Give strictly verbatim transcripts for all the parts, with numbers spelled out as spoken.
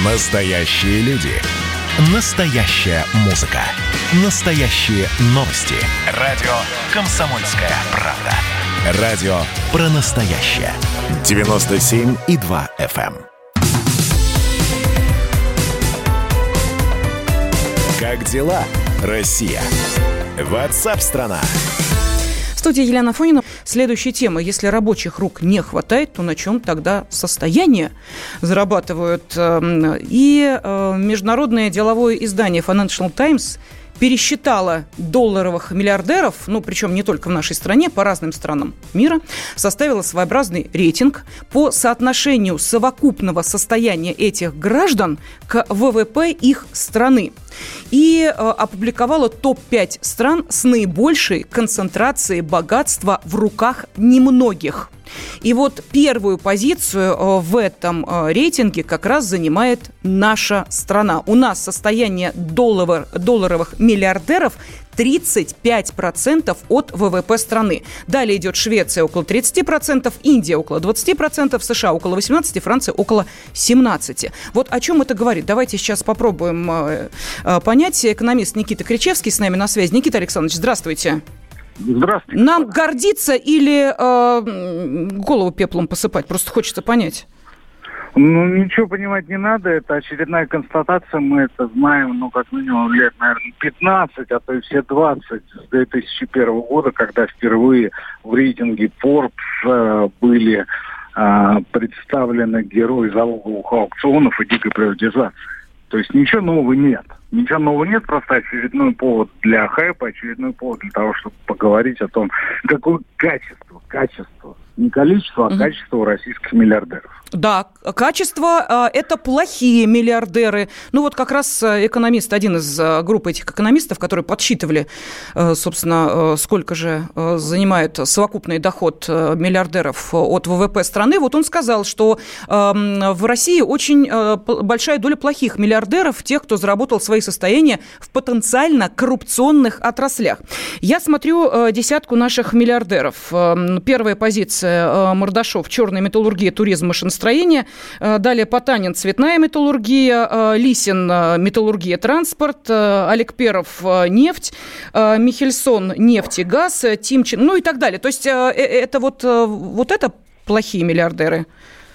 Настоящие люди. Настоящая музыка. Настоящие новости. Радио «Комсомольская правда». Радио про настоящее. девяносто семь и два эф эм. Как дела, Россия? Ватсап-страна! В студии Елена Афонина. Следующая тема. Если рабочих рук не хватает, то на чем тогда состояние зарабатывают? И международное деловое издание Financial Times пересчитала долларовых миллиардеров, ну, причем не только в нашей стране, по разным странам мира, составила своеобразный рейтинг по соотношению совокупного состояния этих граждан к вэ вэ пэ их страны. И э, опубликовала топ пять стран с наибольшей концентрацией богатства в руках немногих. И вот первую позицию э, в этом э, рейтинге как раз занимает наша страна. У нас состояние доллар, долларовых миллиардеров тридцать пять процентов от вэ вэ пэ страны. Далее идет Швеция около тридцать процентов, Индия около двадцать процентов, США около восемнадцать процентов, Франция около семнадцать процентов. Вот о чем это говорит. Давайте сейчас попробуем э, э, понять. Экономист Никита Кричевский с нами на связи. Никита Александрович, здравствуйте. Здравствуйте. Нам гордиться или э, голову пеплом посыпать? Просто хочется понять. Ну, ничего понимать не надо. Это очередная констатация. Мы это знаем, ну, как минимум, лет, наверное, пятнадцать, а то и все двадцать с две тысячи первого года, когда впервые в рейтинге Forbes э, были э, представлены герои залоговых аукционов и дикой приватизации. То есть ничего нового нет. Ничего нового нет, просто очередной повод для хайпа, очередной повод для того, чтобы поговорить о том, какое качество, качество, не количество, а угу. качество у российских миллиардеров. Да, качество – это плохие миллиардеры. Ну вот как раз экономист, один из группы этих экономистов, которые подсчитывали, собственно, сколько же занимает совокупный доход миллиардеров от вэ вэ пэ страны, вот он сказал, что в России очень большая доля плохих миллиардеров, тех, кто заработал свои состояния в потенциально коррупционных отраслях. Я смотрю десятку наших миллиардеров. Первая позиция – Мордашов, черная металлургия, туризм, машиностроение. Далее Потанин, цветная металлургия, Лисин, металлургия, транспорт, Олег Перов, нефть, Михельсон, нефть и газ, Тимчин, ну и так далее. То есть это вот, вот это плохие миллиардеры?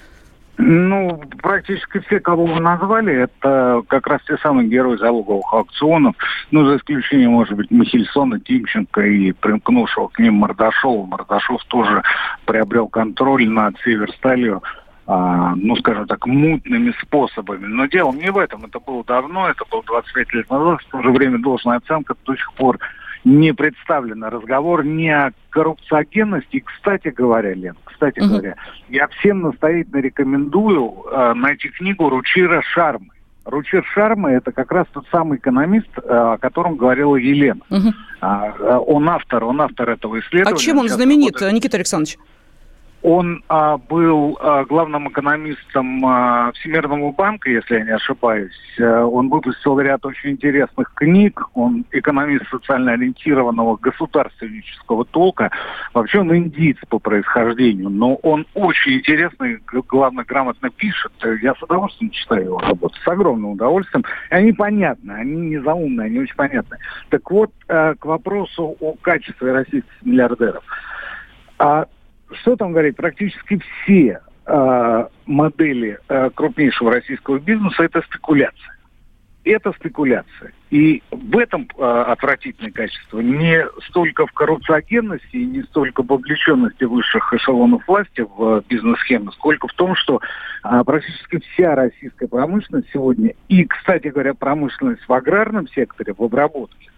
Ну, практически все, кого вы назвали, это как раз те самые герои залоговых аукционов, ну, за исключением, может быть, Михельсона, Тимченко и примкнувшего к ним Мордашова. Мордашов тоже приобрел контроль над Северсталью, а, ну, скажем так, мутными способами. Но дело не в этом, это было давно, это было двадцать пять лет назад, в то же время должная оценка до сих пор не представлена. Разговор не о коррупциогенности. И, кстати говоря, Лен, кстати uh-huh. говоря, я всем настоятельно рекомендую э, найти книгу Ручира Шармы. Ручир Шарма – это как раз тот самый экономист, э, о котором говорила Елена. Uh-huh. А, он автор, он автор этого исследования. А чем он знаменит, года... Никита Александрович? Он а, был а, главным экономистом а, Всемирного банка, если я не ошибаюсь. А, он выпустил ряд очень интересных книг. Он экономист социально ориентированного государственнического толка. Вообще он индиец по происхождению, но он очень интересный, главное, грамотно пишет. Я с удовольствием читаю его работу, с огромным удовольствием. И они понятны, они не заумные, они очень понятны. Так вот, а, к вопросу о качестве российских миллиардеров. А, Что там говорить? Практически все э, модели э, крупнейшего российского бизнеса – это спекуляция. Это спекуляция. И в этом э, отвратительное качество. Не столько в коррупциогенности и не столько в вовлеченности высших эшелонов власти в э, бизнес-схемы, сколько в том, что э, практически вся российская промышленность сегодня, и, кстати говоря, промышленность в аграрном секторе, в обработке,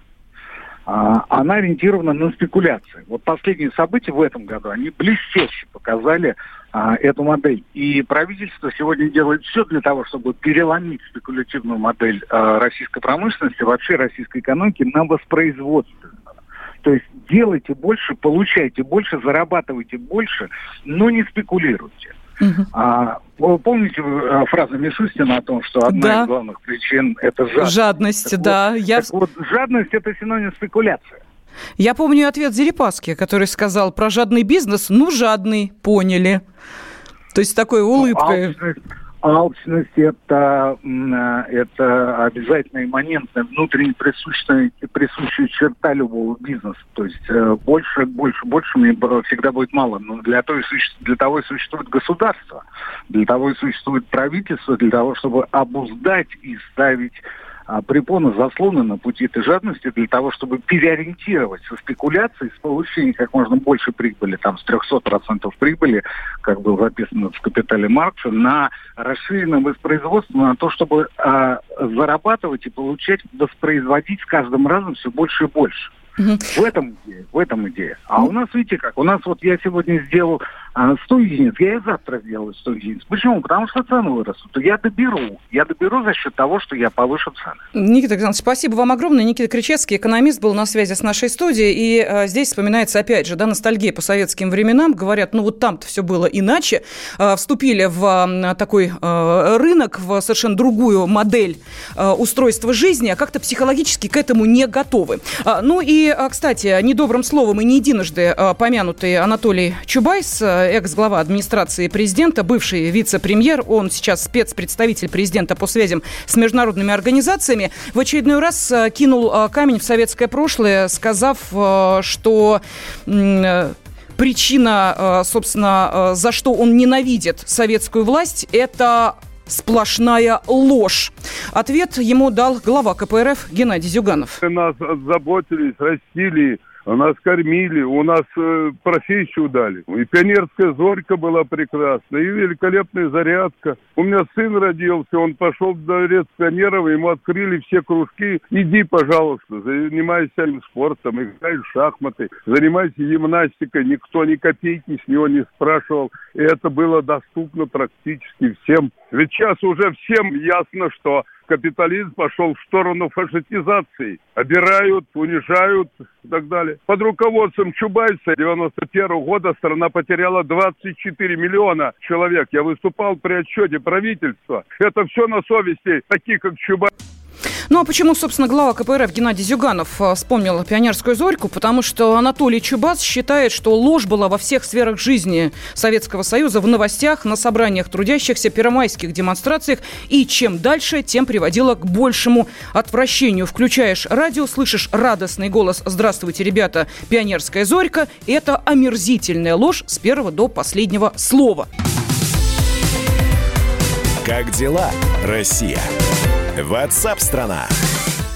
она ориентирована на спекуляции. Вот последние события в этом году, они блестяще показали а, эту модель. И правительство сегодня делает все для того, чтобы переломить спекулятивную модель а, российской промышленности, вообще российской экономики на воспроизводственную. То есть делайте больше, получайте больше, зарабатывайте больше, но не спекулируйте. Uh-huh. А, вы помните фразу Мишустина о том, что одна да. из главных причин – это жадность? Жадность, так да. Вот, Я... Так вот, жадность – это синоним спекуляции. Я помню ответ Дерипаски, который сказал про жадный бизнес. Ну, жадный, поняли. То есть с такой улыбкой. А, Алчность – это, это обязательно имманентная, внутренне присущая, присущая черта любого бизнеса. То есть больше, больше, больше мне всегда будет мало. Но для того, и существует, для того и существует государство, для того и существует правительство, для того, чтобы обуздать и ставить препоны, заслоны на пути этой жадности для того, чтобы переориентировать со спекуляцией, с получением как можно больше прибыли, там с триста процентов прибыли, как было записано в «Капитале» Маркса, на расширенное воспроизводство, на то, чтобы а, зарабатывать и получать, воспроизводить с каждым разом все больше и больше. В этом идея, в этом идея. А у нас, видите как, у нас вот я сегодня сделал а, сто единиц, я и завтра сделаю сто единиц. Почему? Потому что цены вырастут. Я доберу. Я доберу за счет того, что я повышу цены. Никита Александрович, спасибо вам огромное. Никита Кричевский, экономист, был на связи с нашей студией. И а, здесь вспоминается, опять же, да, ностальгия по советским временам. Говорят, ну вот там-то все было иначе. А, вступили в а, такой а, рынок, в совершенно другую модель а, устройства жизни, а как-то психологически к этому не готовы. А, ну и кстати, недобрым словом и не единожды помянутый Анатолий Чубайс, экс-глава администрации президента, бывший вице-премьер, он сейчас спецпредставитель президента по связям с международными организациями, в очередной раз кинул камень в советское прошлое, сказав, что причина, собственно, за что он ненавидит советскую власть, это сплошная ложь. Ответ ему дал глава ка пэ эр эф Геннадий Зюганов. Нас заботились, растили, нас кормили, у нас э, профессию дали. И пионерская зорька была прекрасная, и великолепная зарядка. У меня сын родился, он пошел в дворец пионеров, ему открыли все кружки. Иди, пожалуйста, занимайся спортом, играй в шахматы, занимайся гимнастикой. Никто ни копейки с него не спрашивал. И это было доступно практически всем. Ведь сейчас уже всем ясно, что капитализм пошел в сторону фашистизации. Обирают, унижают и так далее. Под руководством Чубайса девяносто первого года страна потеряла двадцать четыре миллиона человек. Я выступал при отчете правительства. Это все на совести таких, как Чубайс. Ну а почему, собственно, глава ка пэ эр эф Геннадий Зюганов вспомнил пионерскую зорьку? Потому что Анатолий Чубайс считает, что ложь была во всех сферах жизни Советского Союза, в новостях, на собраниях трудящихся, первомайских демонстрациях. И чем дальше, тем приводило к большему отвращению. Включаешь радио, слышишь радостный голос «Здравствуйте, ребята, пионерская зорька». Это омерзительная ложь с первого до последнего слова. Как дела, Россия? WhatsApp-страна.